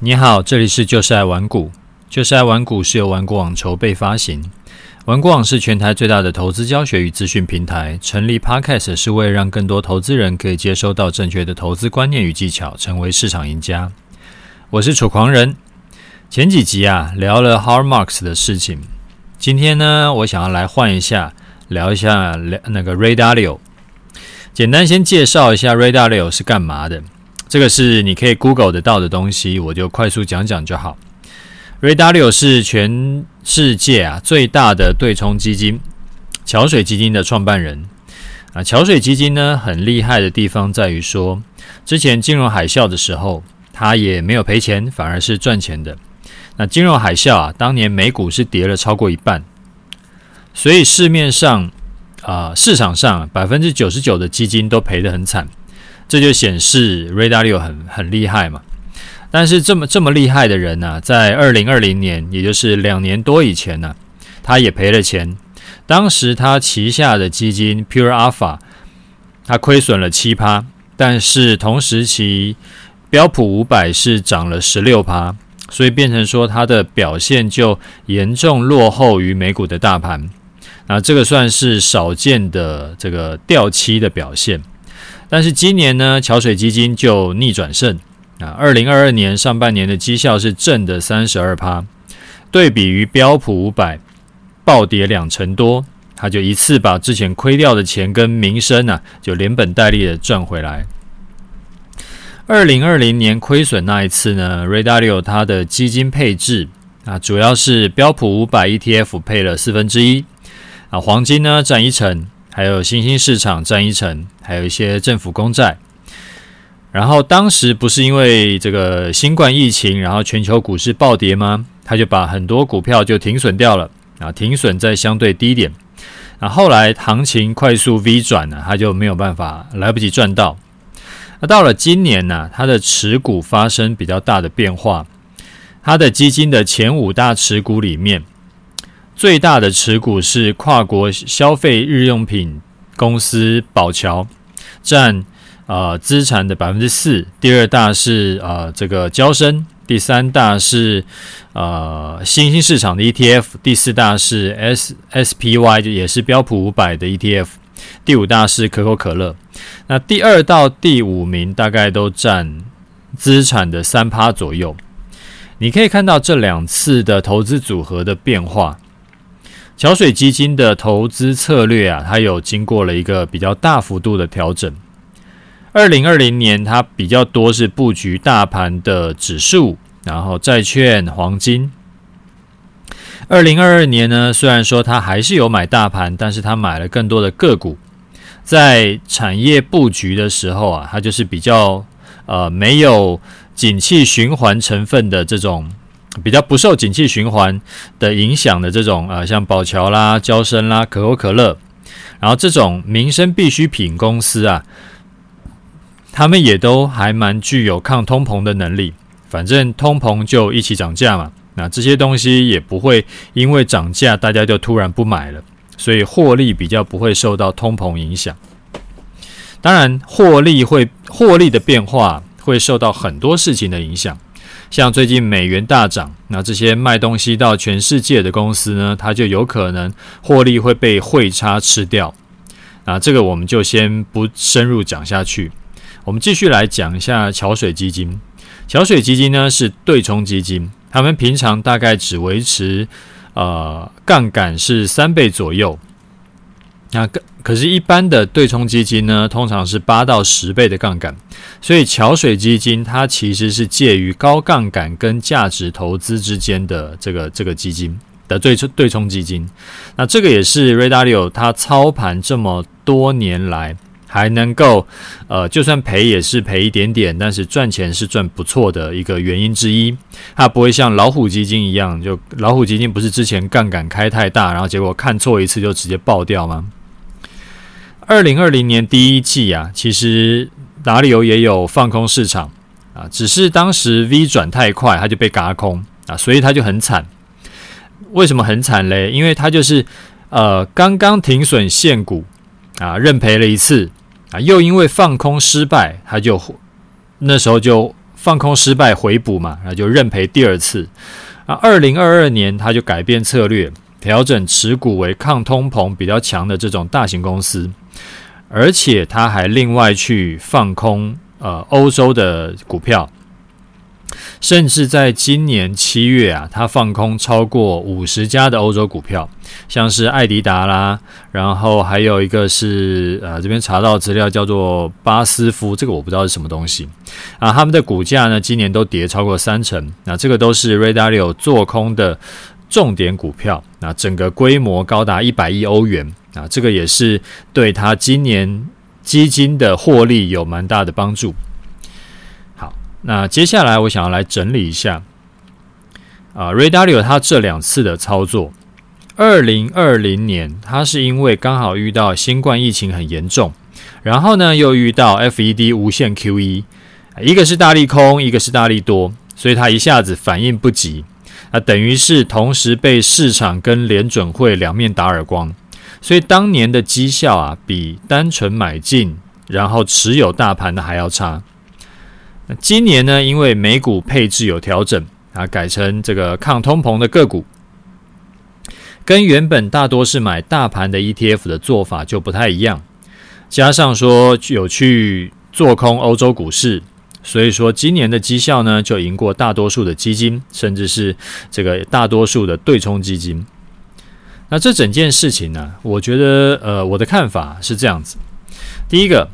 你好，这里是就是爱玩股。就是爱玩股是由玩股网筹备发行。玩股网是全台最大的投资教学与资讯平台。成立 Podcast 是为了让更多投资人可以接收到正确的投资观念与技巧，成为市场赢家。我是楚狂人。前几集聊了 Howard Marks 的事情。今天呢，我想要来换一下，聊一下那个 Ray Dalio。简单先介绍一下 Ray Dalio 是干嘛的。这个是你可以 Google 得到的东西，我就快速讲讲就好。Ray Dalio 是全世界最大的对冲基金桥水基金的创办人。桥水基金呢很厉害的地方在于说，之前金融海啸的时候，它也没有赔钱，反而是赚钱的。那金融海啸当年美股是跌了超过一半，所以市场上 99% 的基金都赔得很惨。这就显示 Ray Dalio 很厉害嘛。但是这么厉害的人在2020年，也就是2年多以前他也赔了钱。当时他旗下的基金 Pure Alpha 他亏损了 7%， 但是同时期标普500是涨了 16%， 所以变成说他的表现就严重落后于美股的大盘。这个算是少见的这个掉期的表现。但是今年呢，桥水基金就逆转胜2022年上半年的绩效是正的 32%， 对比于标普500暴跌2%多，他就一次把之前亏掉的钱跟名声就连本带利的赚回来。2020年亏损那一次呢， Ray Dalio 他的基金配置主要是标普500 ETF 配了1/4，黄金呢占1%，还有新兴市场占1%，还有一些政府公债。然后当时不是因为这个新冠疫情，然后全球股市暴跌吗？他就把很多股票就停损掉了，停损在相对低点。后来行情快速 V 转他就没有办法，来不及赚到。到了今年他的持股发生比较大的变化。他的基金的前5大持股里面，最大的持股是跨国消费日用品公司宝乔，占资产的 4%， 第2大是这个交生，第3大是新兴市场的 ETF， 第4大是 SPY 也是标普500的 ETF， 第5大是可口可乐。那第2到第5名大概都占资产的 3% 左右。你可以看到这2次的投资组合的变化。桥水基金的投资策略它有经过了一个比较大幅度的调整。2020年它比较多是布局大盘的指数，然后债券、黄金。2022年呢，虽然说它还是有买大盘，但是它买了更多的个股。在产业布局的时候它就是比较没有景气循环成分的这种，比较不受景气循环的影响的这种像宝乔啦、交生啦、可口可乐，然后这种民生必需品公司他们也都还蛮具有抗通膨的能力。反正通膨就一起涨价嘛，那这些东西也不会因为涨价大家就突然不买了，所以获利比较不会受到通膨影响。当然获利的变化会受到很多事情的影响，像最近美元大涨，那这些卖东西到全世界的公司呢，它就有可能获利会被汇差吃掉。这个我们就先不深入讲下去。我们继续来讲一下桥水基金。桥水基金呢是对冲基金，他们平常大概只维持杠杆是3倍左右。可是一般的对冲基金呢，通常是8到10倍的杠杆，所以桥水基金它其实是介于高杠杆跟价值投资之间的这个基金的对冲基金。那这个也是 Ray Dalio 他操盘这么多年来还能够就算赔也是赔一点点，但是赚钱是赚不错的一个原因之一。它不会像老虎基金一样，就老虎基金不是之前杠杆开太大，然后结果看错一次就直接爆掉吗？2020年第一季其实达利欧也有放空市场只是当时 V 转太快，他就被軋空所以他就很惨。为什么很惨嘞？因为他就是刚刚停损现股认赔了一次又因为放空失败，他就那时候就放空失败回补嘛，然后就认赔第二次。2022年他就改变策略，调整持股为抗通膨比较强的这种大型公司，而且他还另外去放空欧洲的股票，甚至在今年7月啊，他放空超过50家的欧洲股票，像是艾迪达啦，然后还有一个是这边查到资料叫做巴斯夫，这个我不知道是什么东西啊。他们的股价呢，今年都跌超过30%，那这个都是 Ray Dalio 做空的重点股票，那整个规模高达100亿欧元啊，这个也是对他今年基金的获利有蛮大的帮助。好，那接下来我想要来整理一下Ray Dalio 他这2次的操作。2020年他是因为刚好遇到新冠疫情很严重，然后呢又遇到 FED 无限 QE， 一个是大利空，一个是大利多，所以他一下子反应不及，等于是同时被市场跟联准会两面打耳光，所以当年的绩效啊比单纯买进然后持有大盘的还要差。那今年呢，因为美股配置有调整改成这个抗通膨的个股，跟原本大多是买大盘的 ETF 的做法就不太一样，加上说有去做空欧洲股市，所以说今年的绩效呢就赢过大多数的基金，甚至是这个大多数的对冲基金。那这整件事情呢，我觉得我的看法是这样子。第一个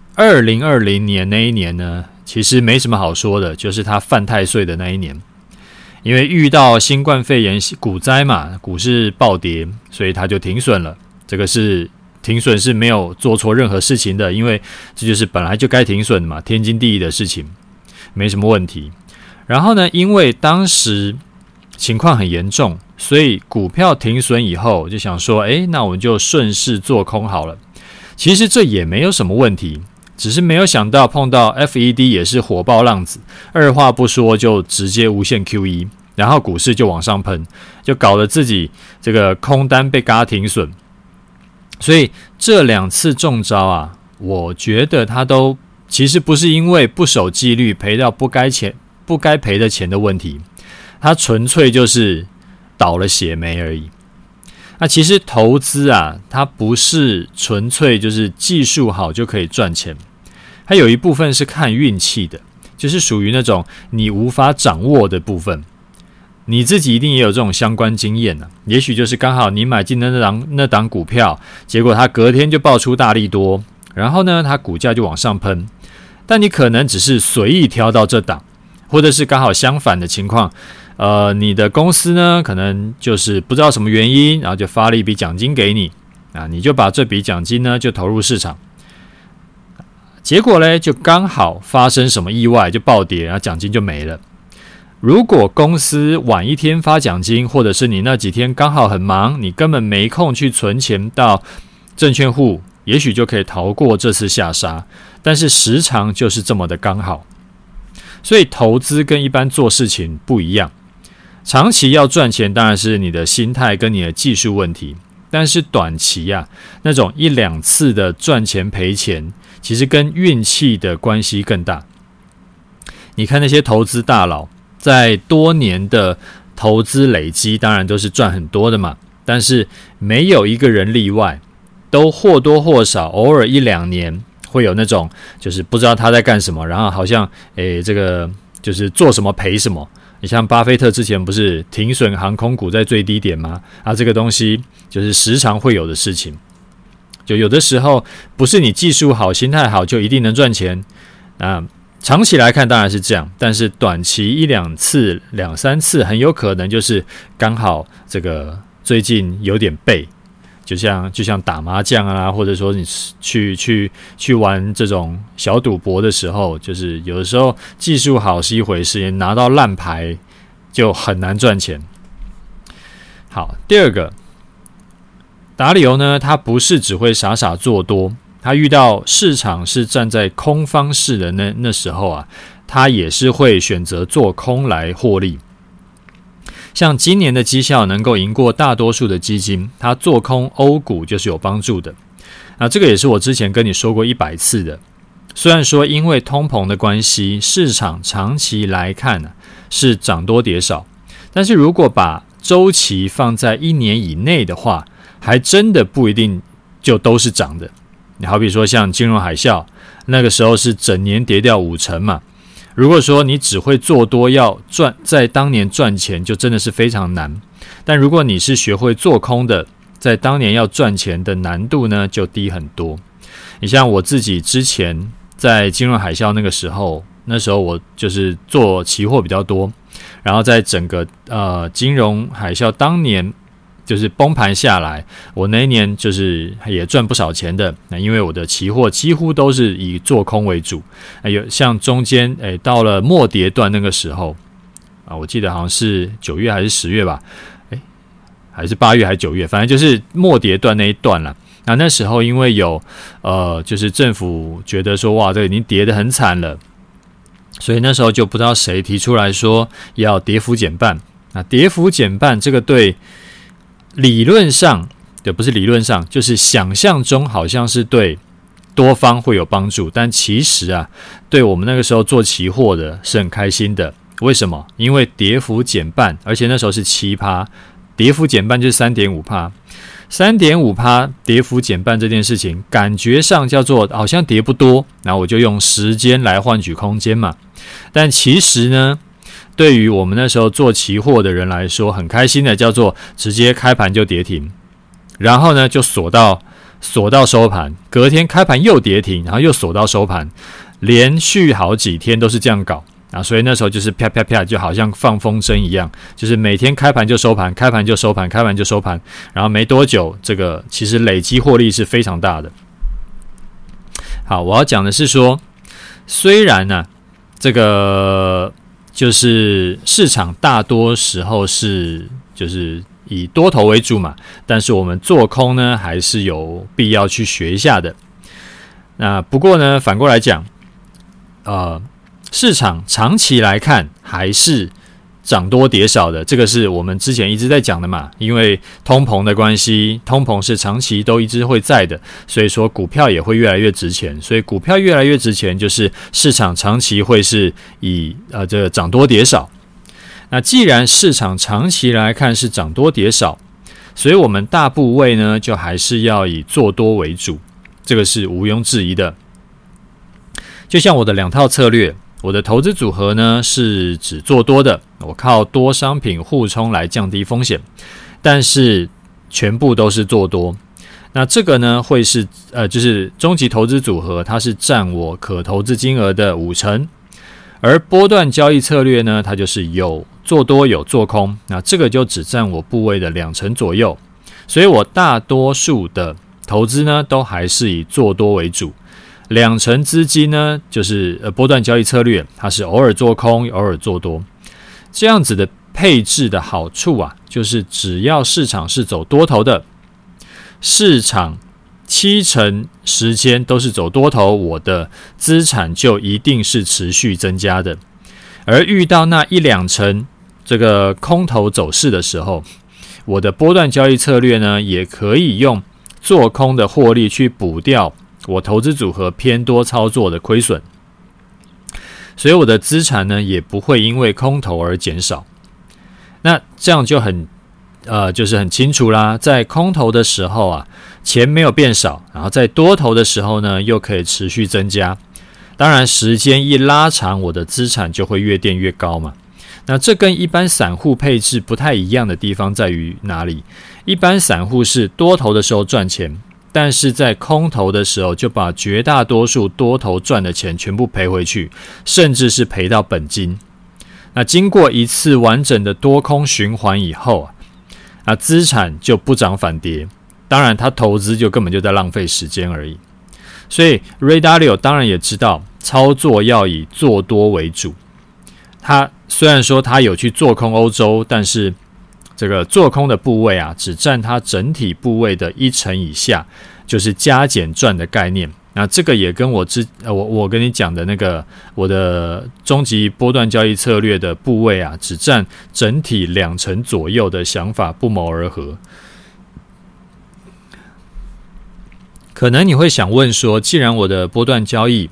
，2020年那一年呢，其实没什么好说的，就是他犯太岁的那一年。因为遇到新冠肺炎股灾嘛，股市暴跌，所以他就停损了。这个是停损是没有做错任何事情的，因为这就是本来就该停损的嘛，天经地义的事情，没什么问题。然后呢，因为当时情况很严重，所以股票停损以后就想说，那我们就顺势做空好了。其实这也没有什么问题，只是没有想到碰到 FED 也是火爆浪子，二话不说就直接无限 QE， 然后股市就往上喷，就搞得自己这个空单被嘎停损。所以这2次中招啊，我觉得他都其实不是因为不守纪律赔到不该赔的钱的问题，他纯粹就是倒了血霉而已。那其实投资啊，它不是纯粹就是技术好就可以赚钱，它有一部分是看运气的，就是属于那种你无法掌握的部分。你自己一定也有这种相关经验也许就是刚好你买进的那档股票，结果它隔天就爆出大利多，然后呢它股价就往上喷，但你可能只是随意挑到这档，或者是刚好相反的情况，你的公司呢可能就是不知道什么原因，然后就发了一笔奖金给你你就把这笔奖金呢就投入市场，结果呢就刚好发生什么意外就暴跌，然后奖金就没了。如果公司晚一天发奖金，或者是你那几天刚好很忙，你根本没空去存钱到证券户，也许就可以逃过这次下杀，但是时常就是这么的刚好。所以投资跟一般做事情不一样，长期要赚钱当然是你的心态跟你的技术问题，但是短期那种1-2次的赚钱赔钱，其实跟运气的关系更大。你看那些投资大佬在多年的投资累积，当然都是赚很多的嘛，但是没有一个人例外，都或多或少偶尔1-2年会有那种就是不知道他在干什么，然后好像这个就是做什么赔什么。你像巴菲特之前不是停损航空股在最低点吗？这个东西就是时常会有的事情。就有的时候不是你技术好心态好就一定能赚钱，长期来看当然是这样，但是短期1-2次2-3次很有可能就是刚好这个最近有点背，就像打麻将或者说你去玩这种小赌博的时候，就是有的时候技术好是一回事，拿到烂牌就很难赚钱。好，第二个，达里欧呢，他不是只会傻傻做多，他遇到市场是站在空方式的那时候他也是会选择做空来获利。像今年的绩效能够赢过大多数的基金，他做空欧股就是有帮助的。这个也是我之前跟你说过100次的。 虽然说因为通膨的关系，市场长期来看是涨多跌少，但是如果把周期放在1年以内的话，还真的不一定就都是涨的。你好比说像金融海啸，那个时候是整年跌掉50%嘛。如果说你只会做多要赚，在当年赚钱就真的是非常难。但如果你是学会做空的，在当年要赚钱的难度呢就低很多。你像我自己之前在金融海啸那个时候，那时候我就是做期货比较多，然后在整个金融海啸当年就是崩盘下来，我那一年就是也赚不少钱的。因为我的期货几乎都是以做空为主。有像中间到了末跌段那个时候我记得好像是9月还是10月吧，还是8月还是9月，反正就是末跌段那一段啦。那时候因为有就是政府觉得说哇，这已经跌得很惨了，所以那时候就不知道谁提出来说要跌幅减半。那跌幅减半这个对理论上，对，不是理论上，就是想象中好像是对多方会有帮助，但其实对我们那个时候做期货的是很开心的。为什么？因为跌幅减半，而且那时候是 7%， 跌幅减半就是 3.5%。3.5% 跌幅减半这件事情，感觉上叫做好像跌不多，然后我就用时间来换取空间嘛。但其实呢，对于我们那时候做期货的人来说，很开心的叫做直接开盘就跌停，然后呢就锁到收盘，隔天开盘又跌停，然后又锁到收盘，连续好几天都是这样搞。所以那时候就是啪啪啪，就好像放风筝一样，就是每天开盘就收盘，开盘就收盘，开盘就收盘，然后没多久，这个其实累积获利是非常大的。好，我要讲的是说，虽然这个就是市场大多时候是就是以多头为主嘛，但是我们做空呢还是有必要去学一下的。那不过呢，反过来讲，市场长期来看还是涨多跌少的，这个是我们之前一直在讲的嘛。因为通膨的关系，通膨是长期都一直会在的，所以说股票也会越来越值钱。所以股票越来越值钱，就是市场长期会是以这个涨多跌少。那既然市场长期来看是涨多跌少，所以我们大部位呢就还是要以做多为主，这个是毋庸置疑的。就像我的2套策略。我的投资组合呢是只做多的，我靠多商品互冲来降低风险，但是全部都是做多。那这个呢会是就是终极投资组合，它是占我可投资金额的50%，而波段交易策略呢，它就是有做多有做空，那这个就只占我部位的20%左右。所以我大多数的投资呢都还是以做多为主。20%资金呢，就是波段交易策略，它是偶尔做空，偶尔做多。这样子的配置的好处就是只要市场是走多头的，市场70%时间都是走多头，我的资产就一定是持续增加的。而遇到那1-2%这个空头走势的时候，我的波段交易策略呢，也可以用做空的获利去补掉我投资组合偏多操作的亏损，所以我的资产呢也不会因为空头而减少。那这样就就是很清楚啦，在空头的时候钱没有变少，然后在多头的时候呢又可以持续增加。当然时间一拉长，我的资产就会越垫越高嘛。那这跟一般散户配置不太一样的地方在于哪里？一般散户是多头的时候赚钱，但是在空头的时候就把绝大多数多头赚的钱全部赔回去，甚至是赔到本金。那经过一次完整的多空循环以后资产就不涨反跌，当然他投资就根本就在浪费时间而已。所以 Ray Dalio 当然也知道操作要以做多为主，他虽然说他有去做空欧洲，但是这个做空的部位只占它整体部位的1%以下，就是加减赚的概念。那这个也跟我跟你讲的那个我的终极波段交易策略的部位只占整体2%左右的想法不谋而合。可能你会想问说，既然我的波段交易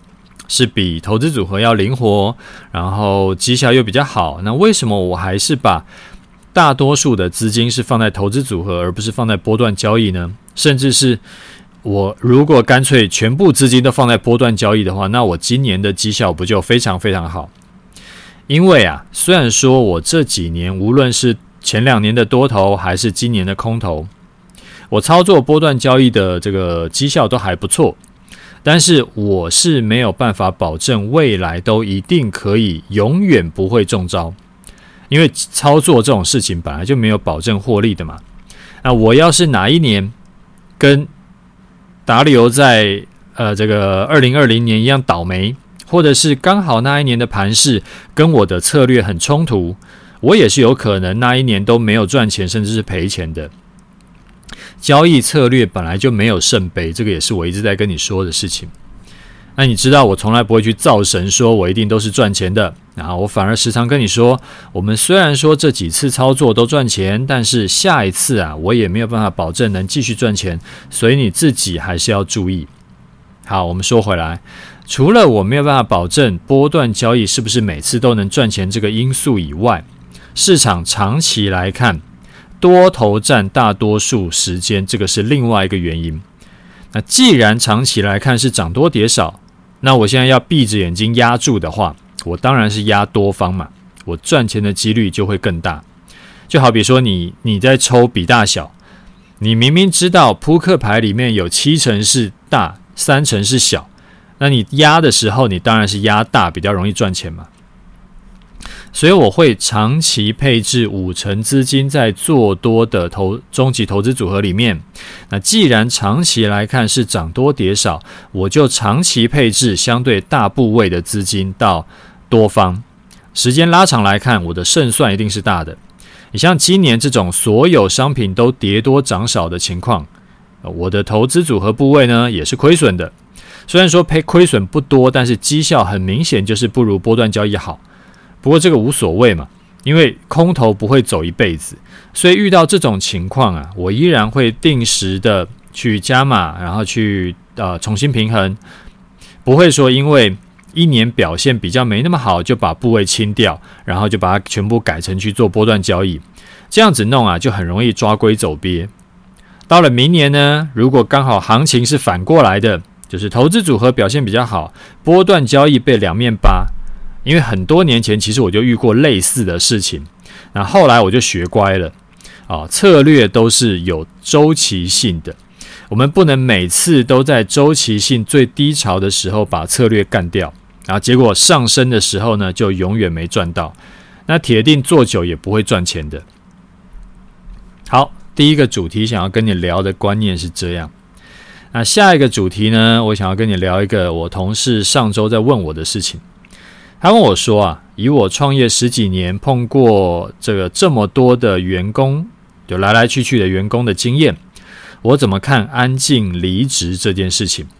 是比投资组合要灵活，然后绩效又比较好，那为什么我还是把大多数的资金是放在投资组合，而不是放在波段交易呢？甚至是我如果干脆全部资金都放在波段交易的话，那我今年的绩效不就非常非常好？因为啊，虽然说我这几年无论是前2年的多头还是今年的空头，我操作波段交易的这个绩效都还不错，但是我是没有办法保证未来都一定可以永远不会中招，因为操作这种事情本来就没有保证获利的嘛。那我要是哪一年跟达流在这个2020年一样倒霉，或者是刚好那一年的盘势跟我的策略很冲突，我也是有可能那一年都没有赚钱，甚至是赔钱的。交易策略本来就没有圣杯，这个也是我一直在跟你说的事情。那你知道我从来不会去造神说我一定都是赚钱的，然后我反而时常跟你说，我们虽然说这几次操作都赚钱，但是下一次啊，我也没有办法保证能继续赚钱，所以你自己还是要注意。好，我们说回来，除了我没有办法保证波段交易是不是每次都能赚钱这个因素以外，市场长期来看多头占大多数时间，这个是另外一个原因。那既然长期来看是涨多跌少，那我现在要闭着眼睛压住的话，我当然是压多方嘛，我赚钱的几率就会更大。就好比说你在抽比大小，你明明知道扑克牌里面有7成是大，3成是小，那你压的时候你当然是压大，比较容易赚钱嘛。所以我会长期配置5成资金在做多的中期投资组合里面。那既然长期来看是涨多跌少，我就长期配置相对大部位的资金到多方。时间拉长来看，我的胜算一定是大的。你像今年这种所有商品都跌多涨少的情况，我的投资组合部位呢也是亏损的。虽然说亏损不多，但是绩效很明显就是不如波段交易好。不过这个无所谓嘛，因为空头不会走一辈子，所以遇到这种情况啊，我依然会定时的去加码，然后去重新平衡，不会说因为一年表现比较没那么好就把部位清掉，然后就把它全部改成去做波段交易，这样子弄啊就很容易抓龟走鳖。到了明年呢，如果刚好行情是反过来的，就是投资组合表现比较好，波段交易被两面扒。因为很多年前其实我就遇过类似的事情，那后来我就学乖了策略都是有周期性的，我们不能每次都在周期性最低潮的时候把策略干掉，然后结果上升的时候呢就永远没赚到，那铁定做久也不会赚钱的。好，第一个主题想要跟你聊的观念是这样。那下一个主题呢，我想要跟你聊一个我同事上周在问我的事情。他问我说啊，以我创业10几年碰过这么多的员工，就来来去去的员工的经验，我怎么看安静离职这件事情？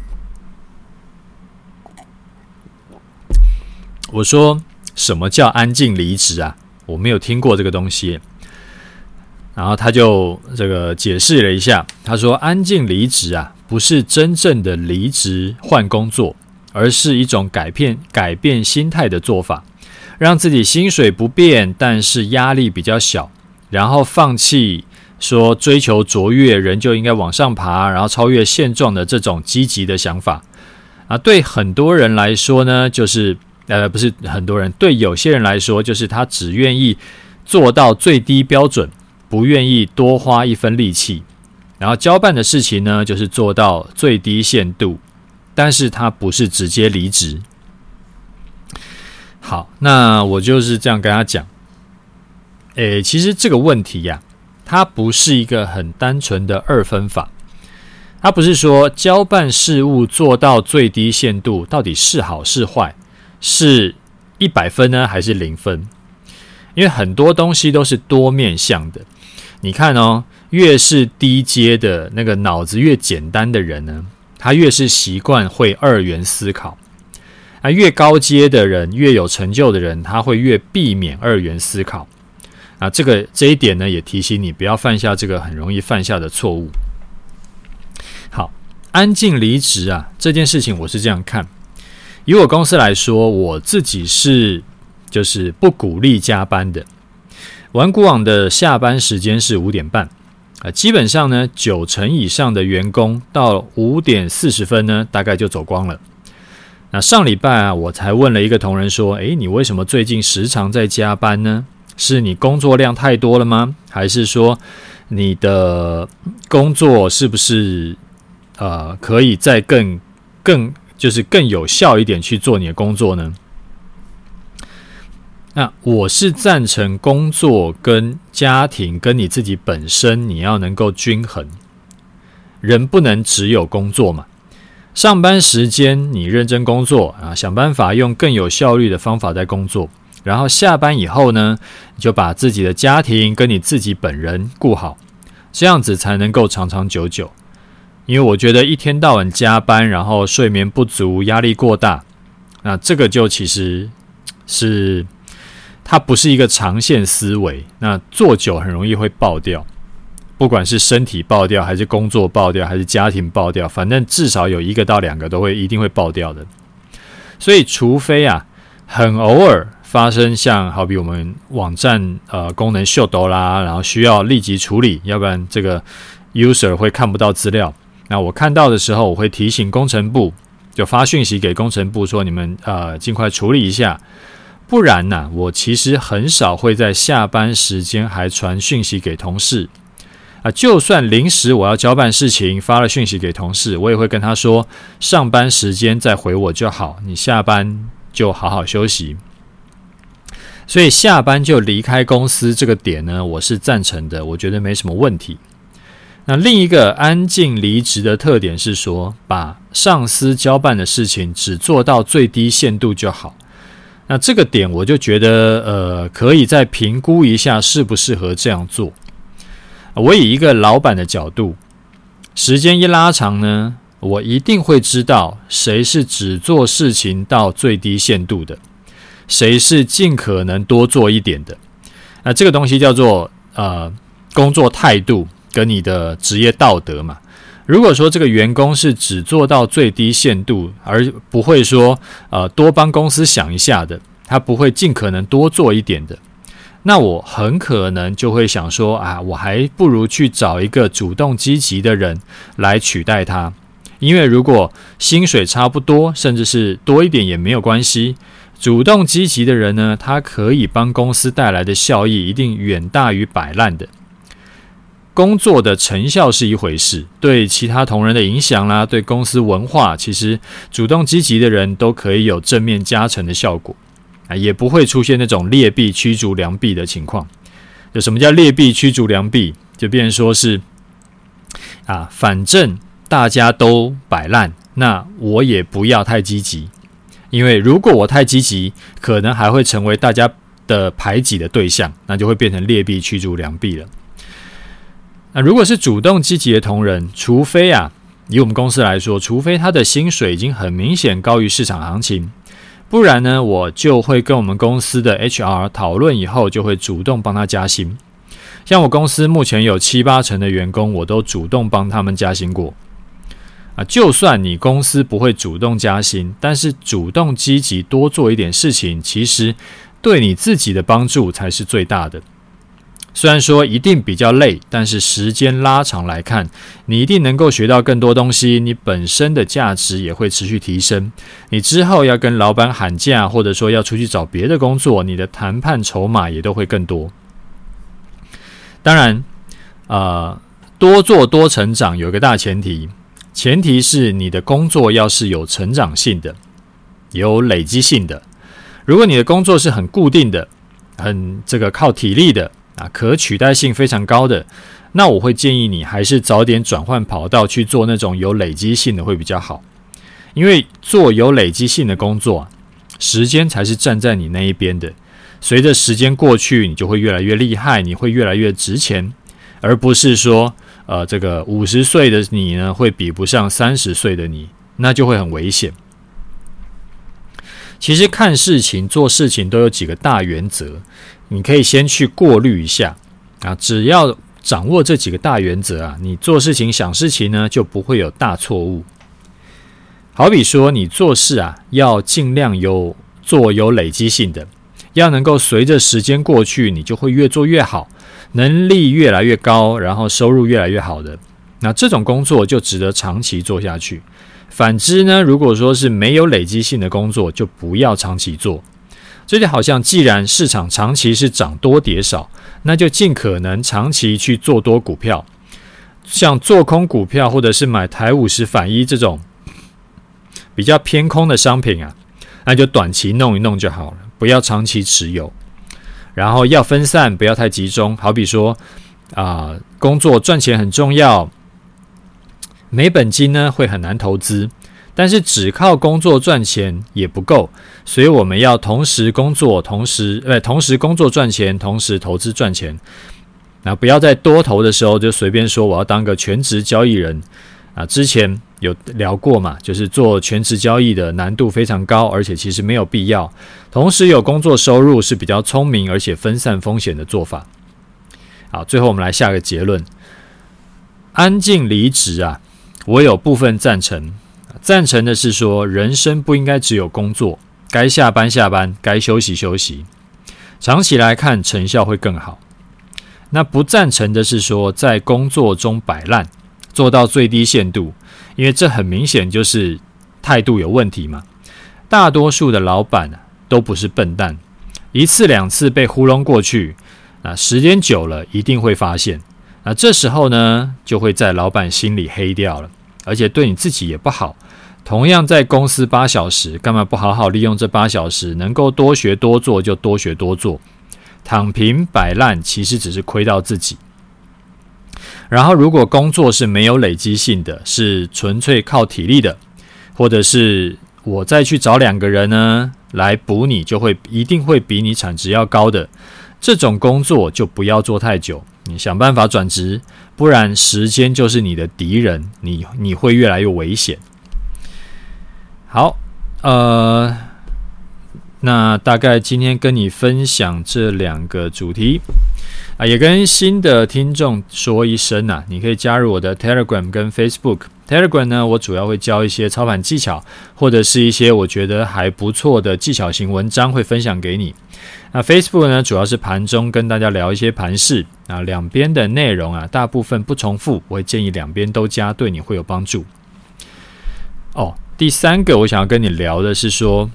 我说什么叫安静离职啊？我没有听过这个东西。然后他就解释了一下，他说安静离职啊，不是真正的离职换工作，而是一种改变心态的做法，让自己薪水不变，但是压力比较小，然后放弃说追求卓越，人就应该往上爬，然后超越现状的这种积极的想法对很多人来说呢，就是不是很多人，对有些人来说，就是他只愿意做到最低标准，不愿意多花一分力气，然后交办的事情呢，就是做到最低限度，但是他不是直接离职。好，那我就是这样跟他讲。其实这个问题呀，它不是一个很单纯的二分法，它不是说交办事务做到最低限度到底是好是坏，是100分呢还是0分？因为很多东西都是多面向的。你看越是低阶的那个脑子越简单的人呢，他越是习惯会2元思考。越高阶的人，越有成就的人，他会越避免2元思考。这一点呢，也提醒你不要犯下这个很容易犯下的错误。好，安静离职啊，这件事情我是这样看。 以我公司来说，我自己就是不鼓励加班的。玩股网的下班时间是5点半，基本上呢90%以上的员工到5点40分呢，大概就走光了。那上礼拜啊，我才问了一个同仁说，你为什么最近时常在加班呢？是你工作量太多了吗？还是说你的工作是不是可以再更有效一点去做你的工作呢？那我是赞成工作跟家庭跟你自己本身你要能够均衡，人不能只有工作嘛。上班时间你认真工作想办法用更有效率的方法在工作，然后下班以后呢，你就把自己的家庭跟你自己本人顾好，这样子才能够长长久久。因为我觉得一天到晚加班，然后睡眠不足，压力过大，那这个就其实是它不是一个长线思维，那做久很容易会爆掉，不管是身体爆掉，还是工作爆掉，还是家庭爆掉，反正至少有1个到2个一定会爆掉的。所以除非很偶尔发生像好比我们网站功能秀逗啦，然后需要立即处理，要不然这个 user 会看不到资料。那我看到的时候，我会提醒工程部，就发讯息给工程部说你们尽快处理一下。不然我其实很少会在下班时间还传讯息给同事就算临时我要交办事情，发了讯息给同事，我也会跟他说上班时间再回我就好，你下班就好好休息。所以下班就离开公司这个点呢，我是赞成的，我觉得没什么问题。那另一个安静离职的特点是说，把上司交办的事情只做到最低限度就好。那这个点我就觉得可以再评估一下适不适合这样做。我以一个老板的角度，时间一拉长呢，我一定会知道谁是只做事情到最低限度的，谁是尽可能多做一点的。那这个东西叫做工作态度跟你的职业道德嘛。如果说这个员工是只做到最低限度，而不会说多帮公司想一下的，他不会尽可能多做一点的，那我很可能就会想说我还不如去找一个主动积极的人来取代他。因为如果薪水差不多，甚至是多一点也没有关系，主动积极的人呢，他可以帮公司带来的效益一定远大于摆烂的。工作的成效是一回事，对其他同仁的影响啦，对公司文化，其实主动积极的人都可以有正面加成的效果也不会出现那种劣币驱逐良币的情况。有什么叫劣币驱逐良币？就变成说是反正大家都摆烂，那我也不要太积极，因为如果我太积极，可能还会成为大家的排挤的对象，那就会变成劣币驱逐良币了。那如果是主动积极的同仁，除非以我们公司来说，除非他的薪水已经很明显高于市场行情，不然呢，我就会跟我们公司的 HR 讨论以后，就会主动帮他加薪。像我公司目前有7-8成的员工，我都主动帮他们加薪过就算你公司不会主动加薪，但是主动积极多做一点事情，其实对你自己的帮助才是最大的。虽然说一定比较累，但是时间拉长来看，你一定能够学到更多东西，你本身的价值也会持续提升。你之后要跟老板喊价，或者说要出去找别的工作，你的谈判筹码也都会更多。当然多做多成长有一个大前提，前提是你的工作要是有成长性的，有累积性的。如果你的工作是很固定的，很靠体力的可取代性非常高的，那我会建议你还是早点转换跑道去做那种有累积性的会比较好。因为做有累积性的工作时间才是站在你那一边的。随着时间过去，你就会越来越厉害，你会越来越值钱，而不是说这个50岁的你呢会比不上30岁的你，那就会很危险。其实看事情做事情都有几个大原则，你可以先去过滤一下只要掌握这几个大原则你做事情想事情呢就不会有大错误。 好比说你做事啊，要尽量做有累积性的，要能够随着时间过去，你就会越做越好，能力越来越高，然后收入越来越好的，那这种工作就值得长期做下去。反之呢，如果说是没有累积性的工作，就不要长期做。这就好像既然市场长期是涨多跌少，那就尽可能长期去做多股票，像做空股票或者是买台50反一这种比较偏空的商品啊，那就短期弄一弄就好了，不要长期持有。然后要分散，不要太集中。好比说工作赚钱很重要，没本金呢会很难投资，但是只靠工作赚钱也不够，所以我们要同时工作赚钱，同时投资赚钱。那不要在多头的时候就随便说我要当个全职交易人之前有聊过嘛，就是做全职交易的难度非常高，而且其实没有必要。同时有工作收入是比较聪明而且分散风险的做法。好，最后我们来下个结论。安静离职我有部分赞成。赞成的是说，人生不应该只有工作，该下班下班，该休息休息，长期来看成效会更好。那不赞成的是说，在工作中摆烂，做到最低限度，因为这很明显就是态度有问题嘛。大多数的老板都不是笨蛋，一次两次被糊弄过去，时间久了一定会发现。这时候呢，就会在老板心里黑掉了，而且对你自己也不好。同样在公司8小时，干嘛不好好利用这8小时，能够多学多做就多学多做。躺平摆烂其实只是亏到自己。然后如果工作是没有累积性的，是纯粹靠体力的，或者是我再去找2个人呢来补你，一定会比你产值要高的，这种工作就不要做太久，你想办法转职，不然时间就是你的敌人，你会越来越危险。好，那大概今天跟你分享这2个主题也跟新的听众说一声你可以加入我的 Telegram 跟 Facebook。Telegram 呢，我主要会教一些操盘技巧，或者是一些我觉得还不错的技巧型文章会分享给你。那 Facebook 呢，主要是盘中跟大家聊一些盘势两边的内容大部分不重复，我会建议2边都加，对你会有帮助。第3个我想要跟你聊的是说，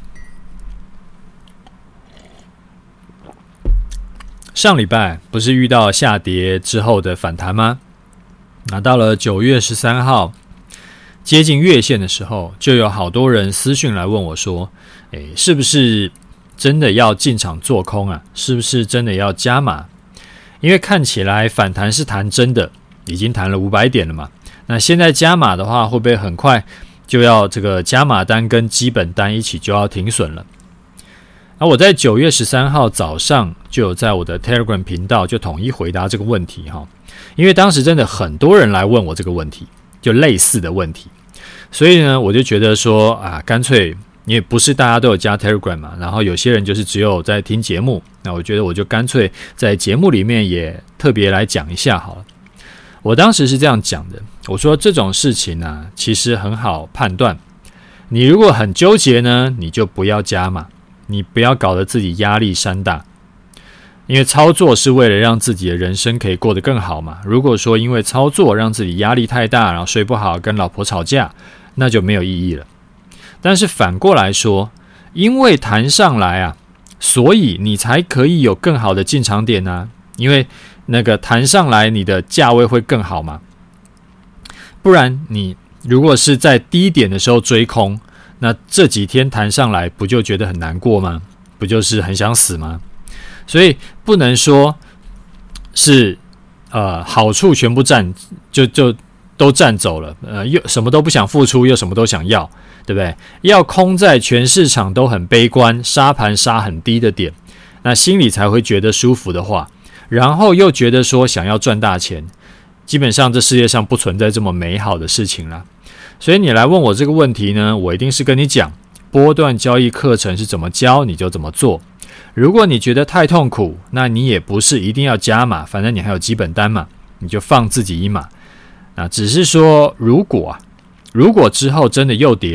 上礼拜不是遇到下跌之后的反弹吗？到了9月13号接近月线的时候，就有好多人私讯来问我说，是不是真的要进场做空是不是真的要加码？因为看起来反弹是弹真的，已经弹了500点了嘛，那现在加码的话，会不会很快就要这个加码单跟基本单一起就要停损了？我在9月13号早上就有在我的 Telegram 频道就统一回答这个问题因为当时真的很多人来问我这个问题，就类似的问题，所以呢，我就觉得说干脆因为不是大家都有加 Telegram 嘛，然后有些人就是只有在听节目，那我觉得我就干脆在节目里面也特别来讲一下好了。我当时是这样讲的，我说这种事情其实很好判断，你如果很纠结呢，你就不要加码，你不要搞得自己压力山大，因为操作是为了让自己的人生可以过得更好嘛。如果说因为操作让自己压力太大，然后睡不好，跟老婆吵架，那就没有意义了。但是反过来说，因为弹上来所以你才可以有更好的进场点因为那个弹上来你的价位会更好嘛。不然你如果是在低点的时候追空，那这几天弹上来不就觉得很难过吗？不就是很想死吗？所以不能说是好处全部就都占走了，又什么都不想付出，又什么都想要，对不对？要空在全市场都很悲观，杀盘杀很低的点，那心里才会觉得舒服的话，然后又觉得说想要赚大钱，基本上这世界上不存在这么美好的事情啦。所以你来问我这个问题呢，我一定是跟你讲波段交易课程是怎么教你就怎么做。如果你觉得太痛苦，那你也不是一定要加码，反正你还有基本单嘛，你就放自己一码。那只是说如果之后真的又跌了，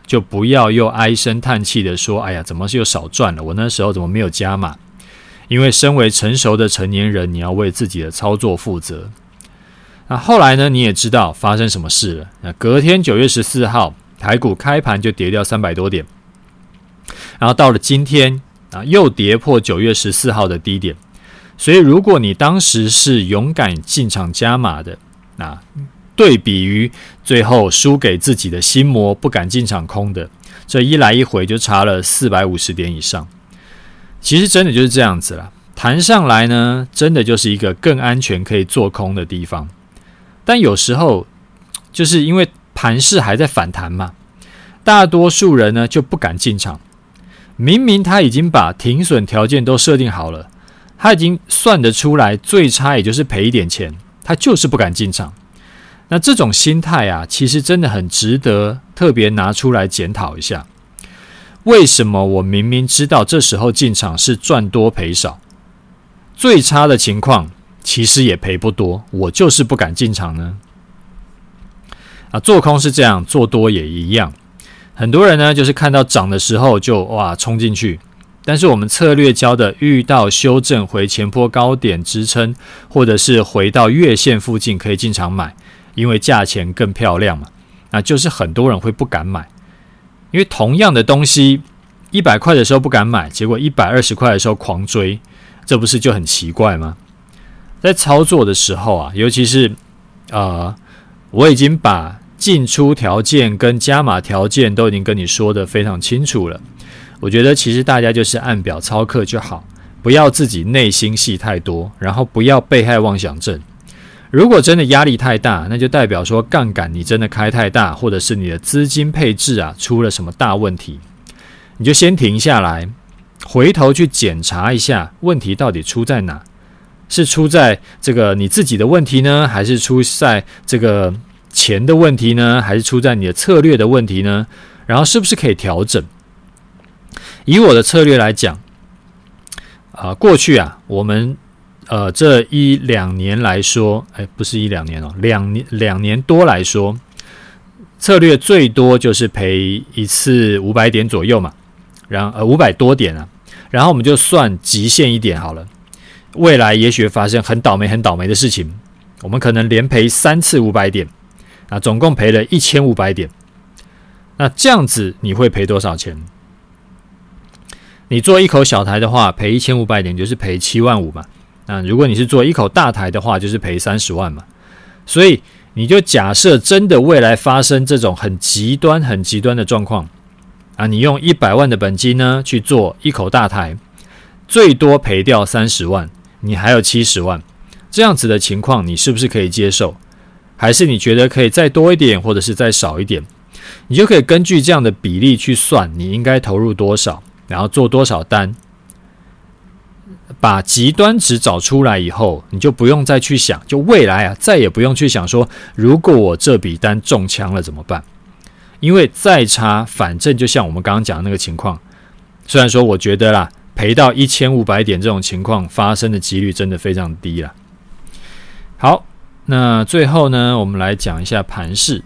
就不要又唉声叹气的说，哎呀，怎么又少赚了，我那时候怎么没有加码。因为身为成熟的成年人，你要为自己的操作负责。那后来呢，你也知道发生什么事了。那隔天9月14号台股开盘就跌掉300多点，然后到了今天又跌破9月14号的低点。所以如果你当时是勇敢进场加码的，对比于最后输给自己的心魔不敢进场空的，这一来一回就差了450点以上。其实真的就是这样子啦，弹上来呢，真的就是一个更安全可以做空的地方。但有时候就是因为盘势还在反弹嘛，大多数人呢就不敢进场。明明他已经把停损条件都设定好了，他已经算得出来最差也就是赔一点钱，他就是不敢进场。那这种心态啊，其实真的很值得特别拿出来检讨一下。为什么我明明知道这时候进场是赚多赔少，最差的情况其实也赔不多，我就是不敢进场呢？做空是这样，做多也一样。很多人呢，就是看到涨的时候就冲进去，但是我们策略教的遇到修正回前波高点支撑，或者是回到月线附近可以进场买，因为价钱更漂亮嘛，那就是很多人会不敢买。因为同样的东西100块的时候不敢买，结果120块的时候狂追，这不是就很奇怪吗？在操作的时候啊，尤其是我已经把进出条件跟加码条件都已经跟你说得非常清楚了。我觉得其实大家就是按表操课就好，不要自己内心戏太多，然后不要被害妄想症。如果真的压力太大，那就代表说杠杆你真的开太大，或者是你的资金配置出了什么大问题，你就先停下来，回头去检查一下问题到底出在哪，是出在这个你自己的问题呢，还是出在这个钱的问题呢，还是出在你的策略的问题呢？然后是不是可以调整？以我的策略来讲，过去我们这1-2年来说，不是1-2年哦，2年多来说，策略最多就是赔一次500点左右嘛，然后500多点然后我们就算极限一点好了，未来也许发生很倒霉的事情，我们可能连赔3次500点，总共赔了1500点。那这样子你会赔多少钱？你做一口小台的话，赔1500点就是赔7万5嘛。那如果你是做一口大台的话，就是赔30万嘛。所以你就假设真的未来发生这种很极端的状况你用100万的本金呢去做一口大台，最多赔掉30万，你还有70万。这样子的情况你是不是可以接受？还是你觉得可以再多一点，或者是再少一点？你就可以根据这样的比例去算你应该投入多少，然后做多少单。把极端值找出来以后，你就不用再去想，就未来再也不用去想说，如果我这笔单中枪了怎么办？因为再差，反正就像我们刚刚讲的那个情况，虽然说我觉得啦，赔到1500点这种情况发生的几率真的非常低啦。好，那最后呢，我们来讲一下盘势。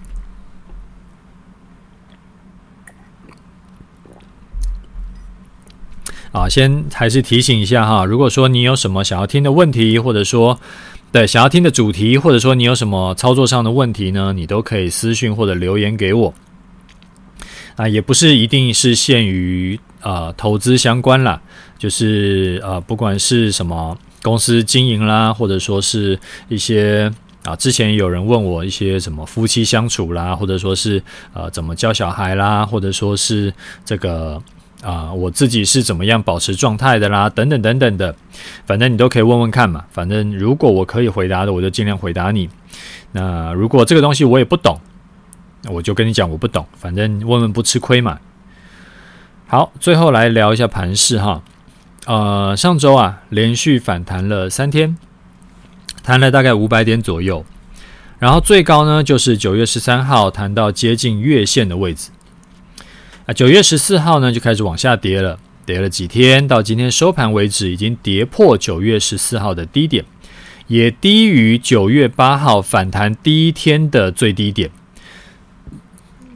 先还是提醒一下如果说你有什么想要听的问题，或者说想要听的主题，或者说你有什么操作上的问题呢，你都可以私讯或者留言给我。也不是一定是限于投资相关啦，就是不管是什么公司经营啦，或者说是一些之前有人问我一些什么夫妻相处啦，或者说是怎么教小孩啦，或者说是这个我自己是怎么样保持状态的啦，等等等等的，反正你都可以问问看嘛。反正如果我可以回答的，我就尽量回答你。那如果这个东西我也不懂，我就跟你讲我不懂，反正问问不吃亏嘛。好，最后来聊一下盘势上周连续反弹了3天，弹了大概500点左右，然后最高呢就是9月13号弹到接近月线的位置。9月14号呢就开始往下跌了，跌了几天，到今天收盘为止已经跌破9月14号的低点，也低于9月8号反弹第一天的最低点。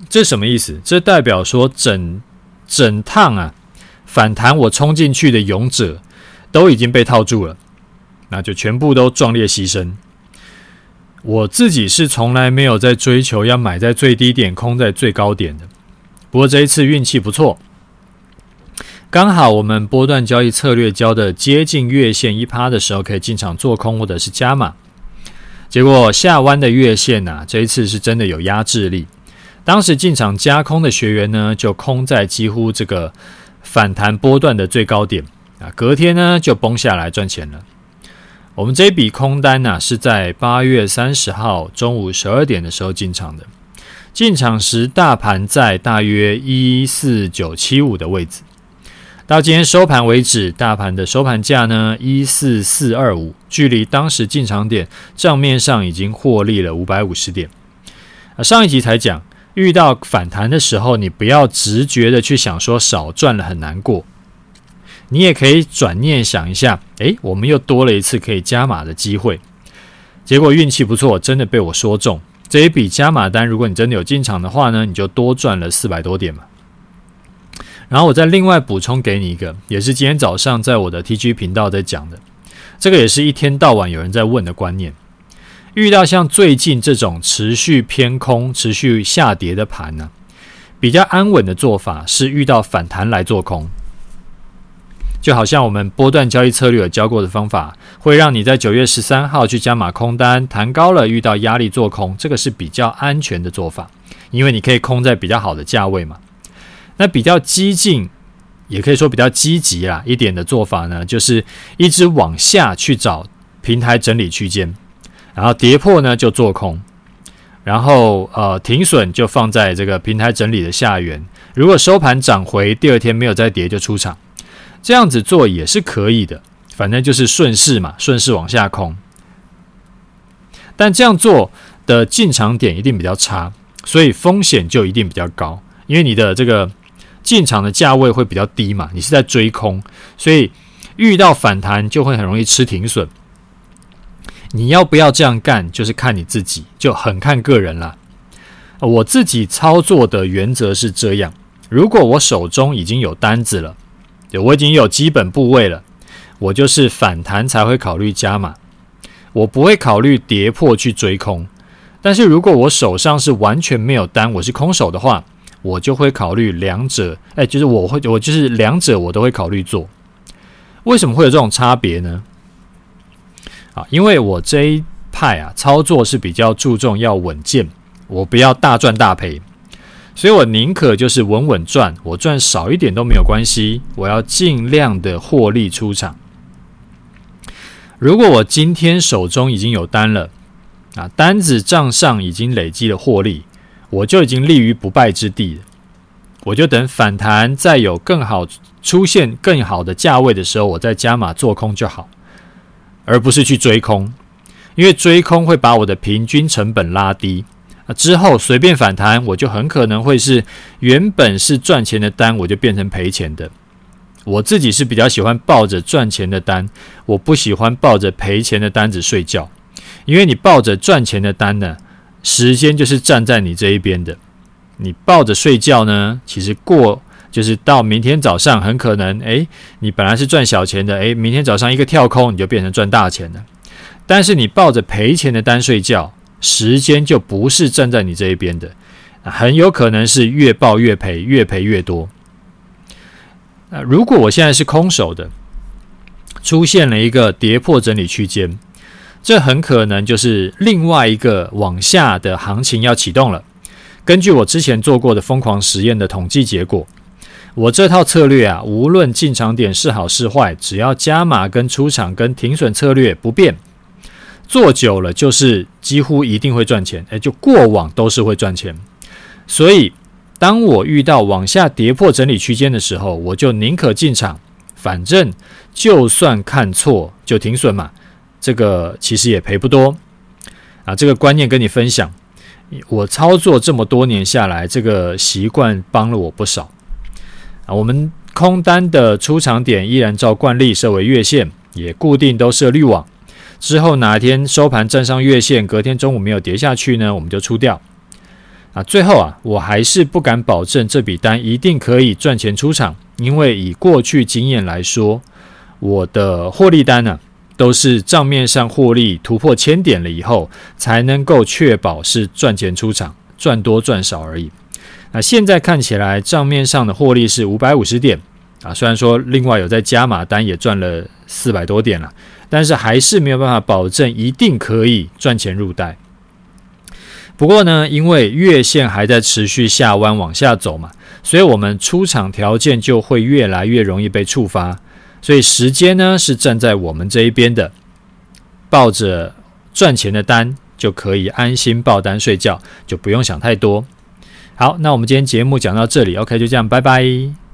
这什么意思？这代表说整趟啊反弹我冲进去的勇者都已经被套住了，那就全部都壮烈牺牲。我自己是从来没有在追求要买在最低点空在最高点的，不过这一次运气不错，刚好我们波段交易策略教的接近月线 1% 的时候可以进场做空或者是加码，结果下弯的月线啊，这一次是真的有压制力，当时进场加空的学员呢就空在几乎这个反弹波段的最高点啊，隔天呢就崩下来赚钱了。我们这一笔空单啊，是在8月30号中午12点的时候进场的，进场时大盘在大约14975的位置，到今天收盘为止，大盘的收盘价呢14425，距离当时进场点账面上已经获利了550点。上一集才讲，遇到反弹的时候，你不要直觉的去想说少赚了很难过，你也可以转念想一下，我们又多了一次可以加码的机会。结果运气不错，真的被我说中。这一笔加码单，如果你真的有进场的话呢，你就多赚了400多点嘛。然后我再另外补充给你一个，也是今天早上在我的 TG 频道在讲的，这个也是一天到晚有人在问的观念。遇到像最近这种持续偏空、持续下跌的盘呢，比较安稳的做法是遇到反弹来做空。就好像我们波段交易策略有教过的方法，会让你在9月13号去加码空单，弹高了遇到压力做空，这个是比较安全的做法，因为你可以空在比较好的价位嘛。那比较激进，也可以说比较积极啦一点的做法呢，就是一直往下去找平台整理区间，然后跌破呢就做空，然后停损就放在这个平台整理的下缘，如果收盘涨回，第二天没有再跌就出场。这样子做也是可以的，反正就是顺势嘛，顺势往下空。但这样做的进场点一定比较差，所以风险就一定比较高，因为你的这个进场的价位会比较低嘛，你是在追空，所以遇到反弹就会很容易吃停损。你要不要这样干，就是看你自己，就很看个人啦。我自己操作的原则是这样，如果我手中已经有单子了，我已经有基本部位了，我就是反弹才会考虑加码，我不会考虑跌破去追空。但是如果我手上是完全没有单，我是空手的话，我就会考虑两者，就是我就是两者我都会考虑做。为什么会有这种差别呢？因为我这一派操作是比较注重要稳健，我不要大赚大赔。所以我宁可就是稳稳赚，我赚少一点都没有关系，我要尽量的获利出场。如果我今天手中已经有单了，单子账上已经累积了获利，我就已经立于不败之地了。我就等反弹再有更好出现更好的价位的时候，我再加码做空就好，而不是去追空，因为追空会把我的平均成本拉低。之后随便反弹，我就很可能会是原本是赚钱的单，我就变成赔钱的。我自己是比较喜欢抱着赚钱的单，我不喜欢抱着赔钱的单子睡觉。因为你抱着赚钱的单呢，时间就是站在你这一边的。你抱着睡觉呢，其实就是到明天早上很可能，你本来是赚小钱的，明天早上一个跳空你就变成赚大钱了。但是你抱着赔钱的单睡觉，时间就不是站在你这一边的，很有可能是越抱越赔，越赔越多。如果我现在是空手的，出现了一个跌破整理区间，这很可能就是另外一个往下的行情要启动了。根据我之前做过的疯狂实验的统计结果，我这套策略无论进场点是好是坏，只要加码跟出场跟停损策略不变，做久了就是几乎一定会赚钱，就过往都是会赚钱。所以当我遇到往下跌破整理区间的时候，我就宁可进场，反正就算看错就停损嘛，这个其实也赔不多。这个观念跟你分享，我操作这么多年下来，这个习惯帮了我不少。我们空单的出场点依然照惯例设为月线，也固定都设滤网。之后哪天收盘站上月线，隔天中午没有跌下去呢，我们就出掉。 最后我还是不敢保证这笔单一定可以赚钱出场，因为以过去经验来说，我的获利单都是账面上获利突破1000点了以后，才能够确保是赚钱出场，赚多赚少而已。现在看起来账面上的获利是550点虽然说另外有在加码单也赚了400多点了，但是还是没有办法保证一定可以赚钱入袋。不过呢，因为月线还在持续下弯往下走嘛，所以我们出场条件就会越来越容易被触发，所以时间呢是站在我们这一边的，抱着赚钱的单就可以安心抱单睡觉，就不用想太多。好，那我们今天节目讲到这里 OK， 就这样，拜拜。